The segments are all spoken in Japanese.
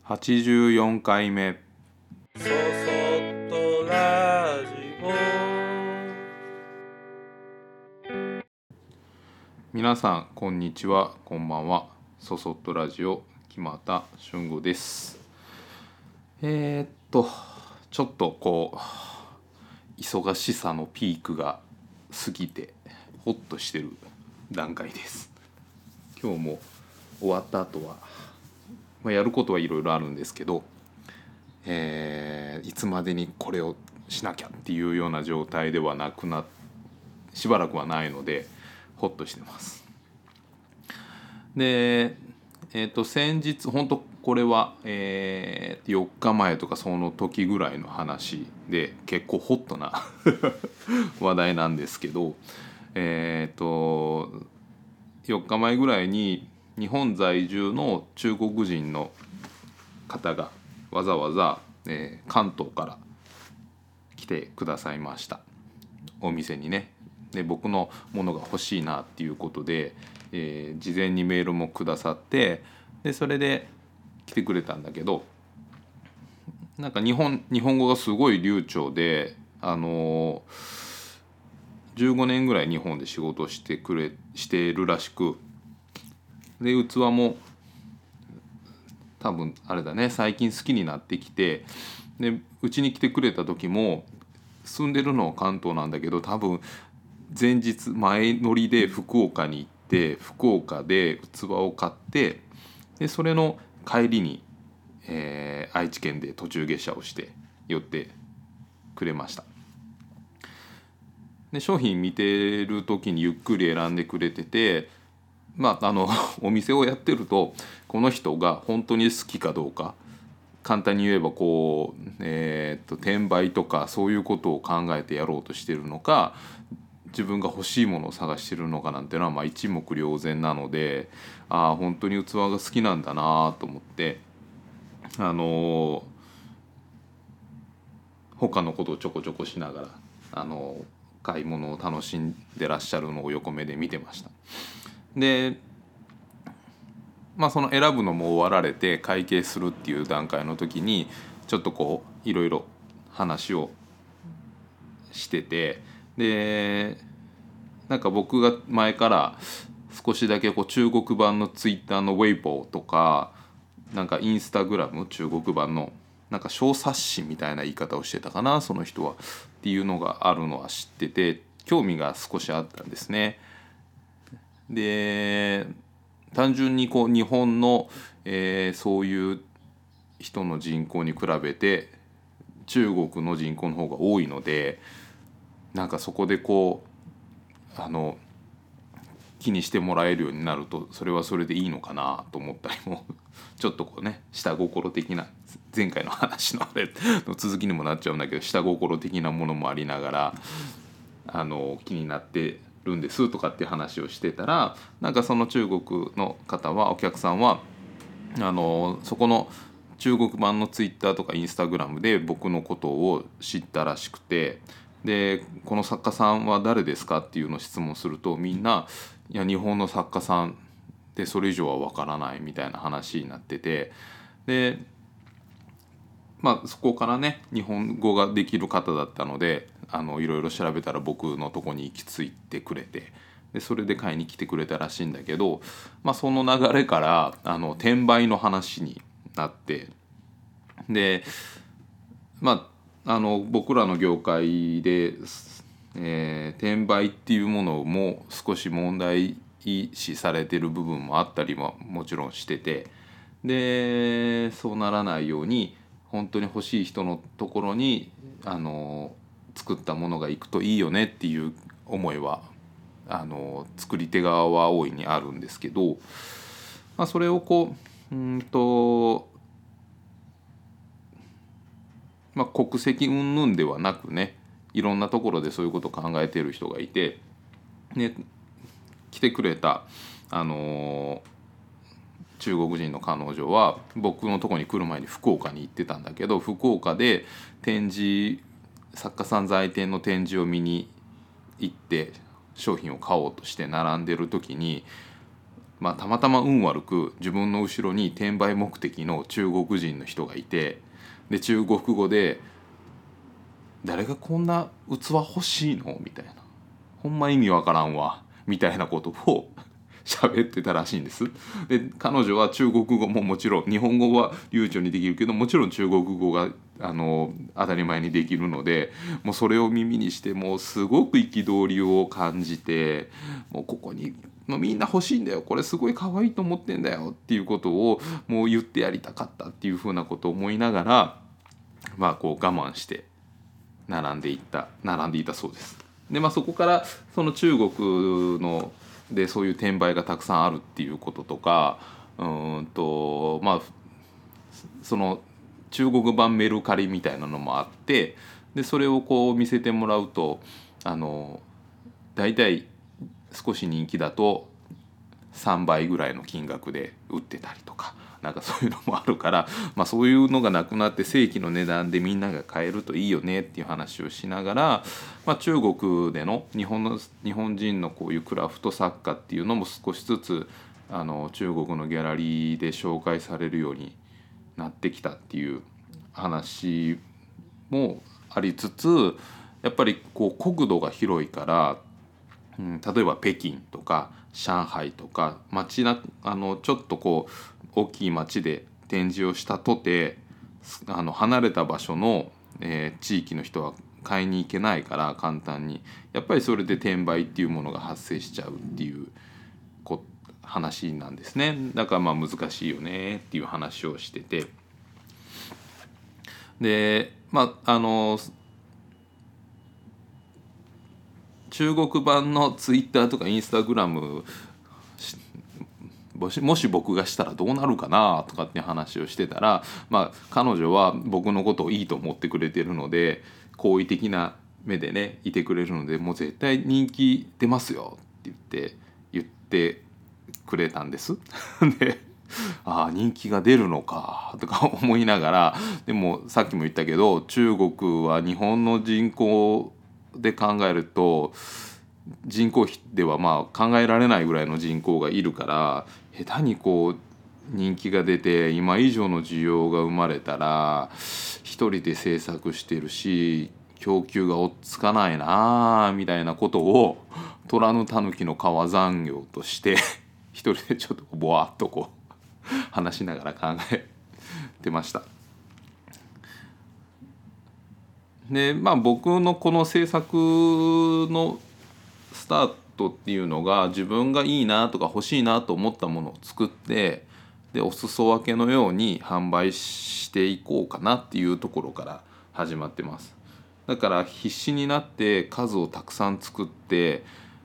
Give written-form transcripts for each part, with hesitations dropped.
84回目。 そそっとラジオ。 皆さんこんにちは、こんばんは。そそっとラジオ木俣俊吾です。ちょっと忙しさのピークが過ぎてホッとしてる段階です。今日も終わった後は、やることはいろいろあるんですけど、いつまでにこれをしなきゃっていうような状態ではなくしばらくはないのでホッとしてます。で、先日本当これは、4日前とかその時ぐらいの話で結構ホットな話題なんですけど、4日前ぐらいに日本在住の中国人の方がわざわざ、関東から来てくださいました。お店にね。で僕のものが欲しいなっていうことで、事前にメールもくださって、でそれで来てくれたんだけど、なんか日本語がすごい流暢で、15年ぐらい日本で仕事をしているらしく、で器も多分あれだね、最近好きになってきて、でうちに来てくれた時も住んでるのは関東なんだけど、多分前日前乗りで福岡に行って福岡で器を買って、でそれの帰りに、愛知県で途中下車をして寄ってくれました。で商品見てる時にゆっくり選んでくれてて、お店をやってるとこの人が本当に好きかどうか、簡単に言えば転売とかそういうことを考えてやろうとしてるのか、自分が欲しいものを探してるのかなんてのは一目瞭然なので、本当に器が好きなんだなと思って、他のことをちょこちょこしながら買い物を楽しんでらっしゃるのを横目で見てました。でその選ぶのも終わられて会計するっていう段階の時にちょっといろいろ話をしてて、でなんか僕が前から少しだけ中国版のツイッターのウェイボーとか、なんかインスタグラム中国版のなんか小冊子みたいな言い方をしてたかな、その人はっていうのがあるのは知ってて興味が少しあったんですね。で単純に日本の、そういう人の人口に比べて中国の人口の方が多いので、なんかそこで気にしてもらえるようになるとそれはそれでいいのかなと思ったりもちょっと下心的な、前回の話のあれの続きにもなっちゃうんだけど、下心的なものもありながら気になってるんですとかっていう話をしてたら、なんかその中国の方はお客さんはそこの中国版のツイッターとかインスタグラムで僕のことを知ったらしくて、でこの作家さんは誰ですかっていうのを質問すると、みんないや日本の作家さんでそれ以上は分からないみたいな話になってて、でそこからね日本語ができる方だったのでいろいろ調べたら僕のとこに行き着いてくれて、でそれで買いに来てくれたらしいんだけど、その流れから転売の話になって、で僕らの業界で、転売っていうものも少し問題視されてる部分もあったりももちろんしてて、でそうならないように本当に欲しい人のところに作ったものが行くといいよねっていう思いは作り手側は大いにあるんですけど、それを国籍云々ではなくね、いろんなところでそういうことを考えている人がいて、ね、来てくれた中国人の彼女は僕のとこに来る前に福岡に行ってたんだけど、福岡で作家さん在店の展示を見に行って商品を買おうとして並んでる時にたまたま運悪く自分の後ろに転売目的の中国人の人がいて、で中国語で誰がこんな器欲しいのみたいな、ほんま意味わからんわみたいなことを喋ってたらしいんです。で彼女は中国語ももちろん、日本語は流暢にできるけどもちろん中国語が当たり前にできるので、もうそれを耳にしてもうすごく憤りを感じて、もうここにもうみんな欲しいんだよ、これすごい可愛いと思ってんだよっていうことをもう言ってやりたかったっていうふうなことを思いながら、こう我慢して並んでいたそうです。でそこからその中国のでそういう転売がたくさんあるっていうこととか、その中国版メルカリみたいなのもあって、でそれをこう見せてもらうとだいたい少し人気だと3倍ぐらいの金額で売ってたりとか、なんかそういうのもあるから、そういうのがなくなって正規の値段でみんなが買えるといいよねっていう話をしながら、中国での日本人のこういうクラフト作家っていうのも少しずつ中国のギャラリーで紹介されるようになってきたっていう話もありつつ、やっぱりこう国土が広いから、例えば北京とか上海とかちょっとこう大きい町で展示をしたとて離れた場所の、地域の人は買いに行けないから、簡単にやっぱりそれで転売っていうものが発生しちゃうっていう話なんですね。だから難しいよねっていう話をしてて、で中国版のツイッターとかインスタグラムもし僕がしたらどうなるかなとかって話をしてたら、彼女は僕のことをいいと思ってくれてるので、好意的な目でねいてくれるので、もう絶対人気出ますよって言ってくれたんですで人気が出るのかとか思いながら、でもさっきも言ったけど中国は日本の人口で考えると人口比では考えられないぐらいの人口がいるから、下手にこう人気が出て今以上の需要が生まれたら一人で制作してるし供給が追っつかないなみたいなことを虎の狸の皮残業として一人でちょっとボワッとこう話しながら考えてました。で僕のこの制作のスタートっていうのが、自分がいいなとか欲しいなと思ったものを作って、でお裾分けのように販売していこうかなっていうところから始まってます。だから必死になって数をたくさん作って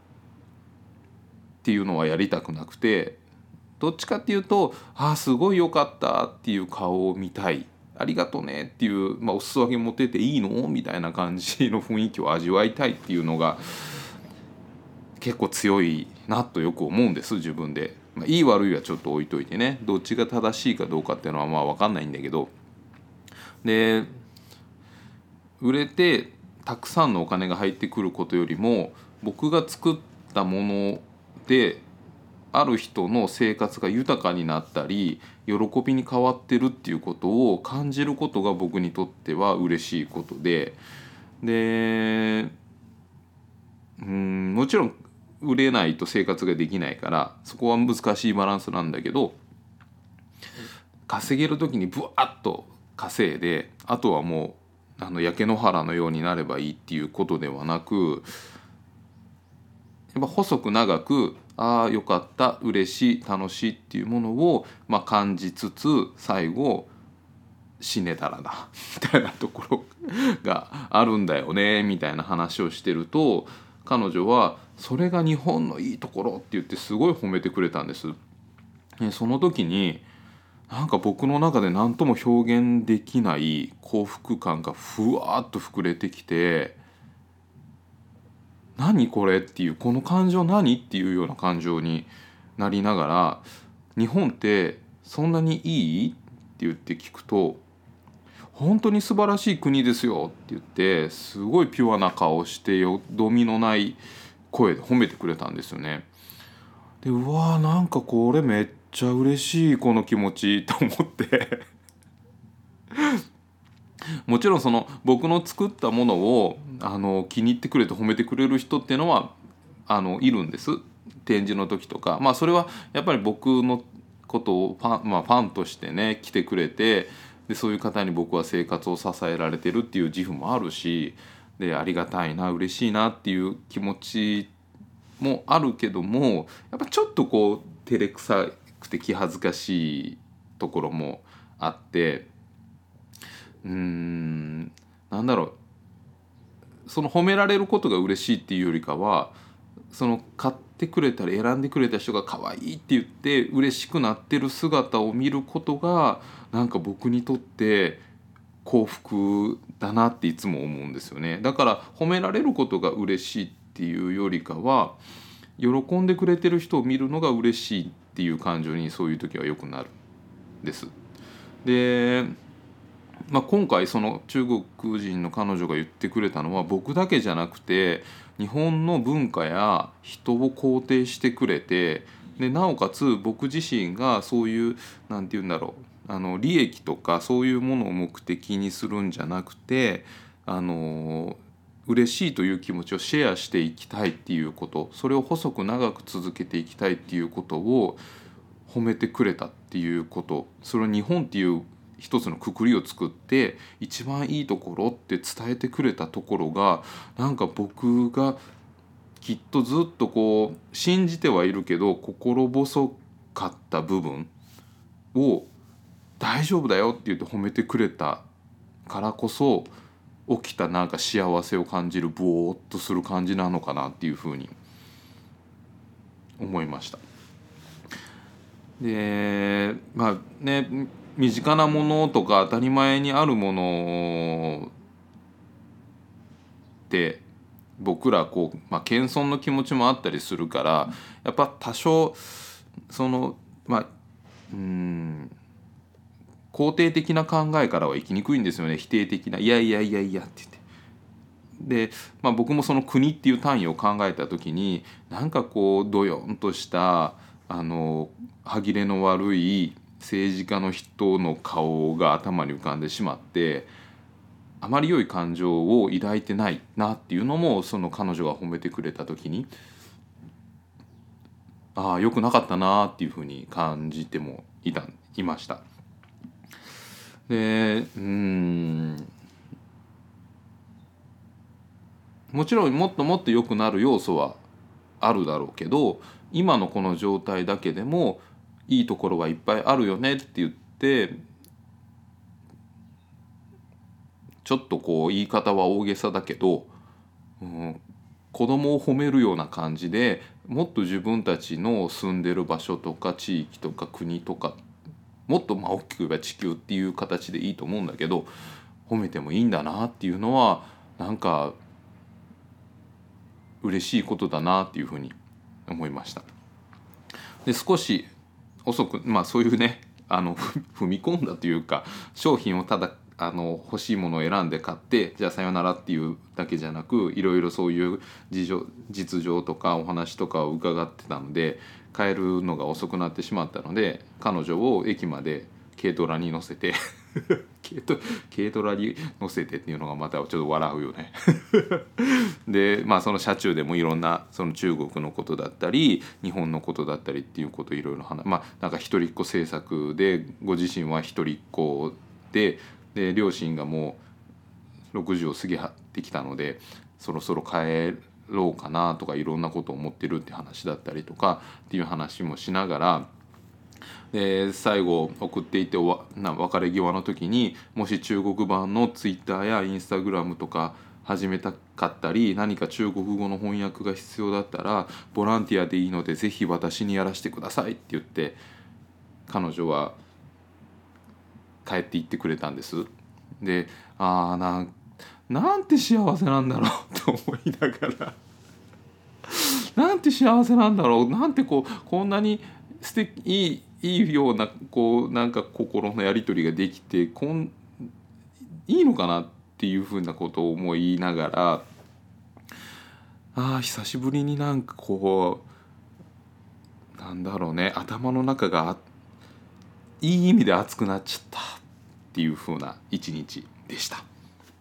っていうのはやりたくなくて、どっちかっていうとすごい良かったっていう顔を見たい、ありがとねっていう、お裾分け持ってていいのみたいな感じの雰囲気を味わいたいっていうのが結構強いなとよく思うんです自分で。いい悪いはちょっと置いといてね、どっちが正しいかどうかっていうのは分かんないんだけど、で売れてたくさんのお金が入ってくることよりも、僕が作ったものである人の生活が豊かになったり喜びに変わってるっていうことを感じることが僕にとっては嬉しいことで、もちろん売れないと生活ができないからそこは難しいバランスなんだけど、稼げる時にブワッと稼いで、あとはもう焼け野原のようになればいいっていうことではなく、やっぱ細く長くよかった嬉しい楽しいっていうものを感じつつ、最後死ねたらなみたいなところがあるんだよねみたいな話をしてると、彼女はそれが日本のいいところって言ってすごい褒めてくれたんです。その時になんか僕の中で何とも表現できない幸福感がふわっと膨れてきて、何これっていう、この感情何っていうような感情になりながら、日本ってそんなにいいって言って聞くと、本当に素晴らしい国ですよって言ってすごいピュアな顔してよどみのない声で褒めてくれたんですよね。 でうわーなんかこれめっちゃ嬉しいこの気持ちと思ってもちろんその僕の作ったものを気に入ってくれて褒めてくれる人っていうのはいるんです。展示の時とかそれはやっぱり僕のことをファンとしてね来てくれて、でそういう方に僕は生活を支えられてるっていう自負もあるし、でありがたいな嬉しいなっていう気持ちもあるけども、やっぱちょっとこう照れくさくて気恥ずかしいところもあって、なんだろう、その褒められることが嬉しいっていうよりかは、その買ってくれたり選んでくれた人が可愛いって言って嬉しくなってる姿を見ることがなんか僕にとって幸福だなっていつも思うんですよね。だから褒められることが嬉しいっていうよりかは、喜んでくれてる人を見るのが嬉しいっていう感情にそういう時はよくなるんです。で今回その中国人の彼女が言ってくれたのは、僕だけじゃなくて日本の文化や人を肯定してくれて、でなおかつ僕自身がそういうなんて言うんだろう、利益とかそういうものを目的にするんじゃなくて、嬉しいという気持ちをシェアしていきたいっていうこと、それを細く長く続けていきたいっていうことを褒めてくれたっていうこと、それを日本っていう一つのくくりを作って一番いいところって伝えてくれたところが、なんか僕がきっとずっとこう信じてはいるけど心細かった部分を大丈夫だよって言って褒めてくれたからこそ起きたなんか幸せを感じるぼーっとする感じなのかなっていうふうに思いました。でね、身近なものとか当たり前にあるものって僕らこう、謙遜の気持ちもあったりするから、やっぱ多少その肯定的な考えからは生きにくいんですよね。否定的ないやいやいやいやって言って。で、僕もその国っていう単位を考えた時になんかこうどよんとした歯切れの悪い政治家の人の顔が頭に浮かんでしまって、あまり良い感情を抱いてないなっていうのも、その彼女が褒めてくれた時に良くなかったなっていうふうに感じてもいました。でもちろんもっともっと良くなる要素はあるだろうけど、今のこの状態だけでもいいところはいっぱいあるよねって言って、ちょっとこう言い方は大げさだけど、子供を褒めるような感じでもっと自分たちの住んでる場所とか地域とか国とか、もっと大きく言えば地球っていう形でいいと思うんだけど、褒めてもいいんだなっていうのはなんか嬉しいことだなっていうふうに思いました。で少し遅くそういうね踏み込んだというか、商品をただ欲しいものを選んで買ってじゃあさよならっていうだけじゃなく、いろいろそういう実情とかお話とかを伺ってたので、帰るのが遅くなってしまったので、彼女を駅まで軽トラに乗せて軽トラに乗せてっていうのがまたちょっと笑うよねでその車中でもいろんなその中国のことだったり日本のことだったりっていうことをいろいろなんか一人っ子政策で、ご自身は一人っ子で両親がもう60を過ぎてきたのでそろそろ帰ろうかなとかいろんなことを思ってるって話だったりとかっていう話もしながら、で最後送っていって別れ際の時に、もし中国版のツイッターやインスタグラムとか始めたかったり何か中国語の翻訳が必要だったらボランティアでいいのでぜひ私にやらせてくださいって言って、彼女は帰って行ってくれたんです。でなんて幸せなんだろうと思いながらなんて幸せなんだろう、なんてこんなに素敵いいようななんか心のやり取りができていいのかなっていうふうなことを思いながら、久しぶりになんかなんだろうね、頭の中がいい意味で熱くなっちゃったっていう風な一日でした。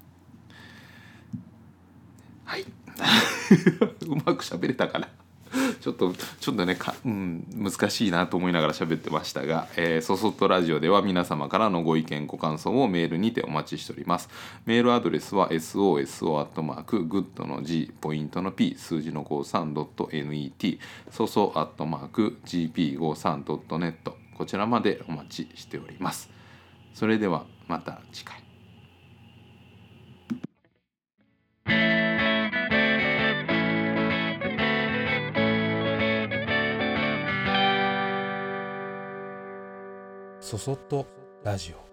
はい。うまく喋れたかな。ちょっとね難しいなと思いながら喋ってましたが、そそっとラジオでは皆様からのご意見ご感想をメールにてお待ちしております。メールアドレスは soso@good の G ポイントの P 数字の 53.net そそ @gp53.net こちらまでお待ちしております。それではまた次回。 そそっとラジオ。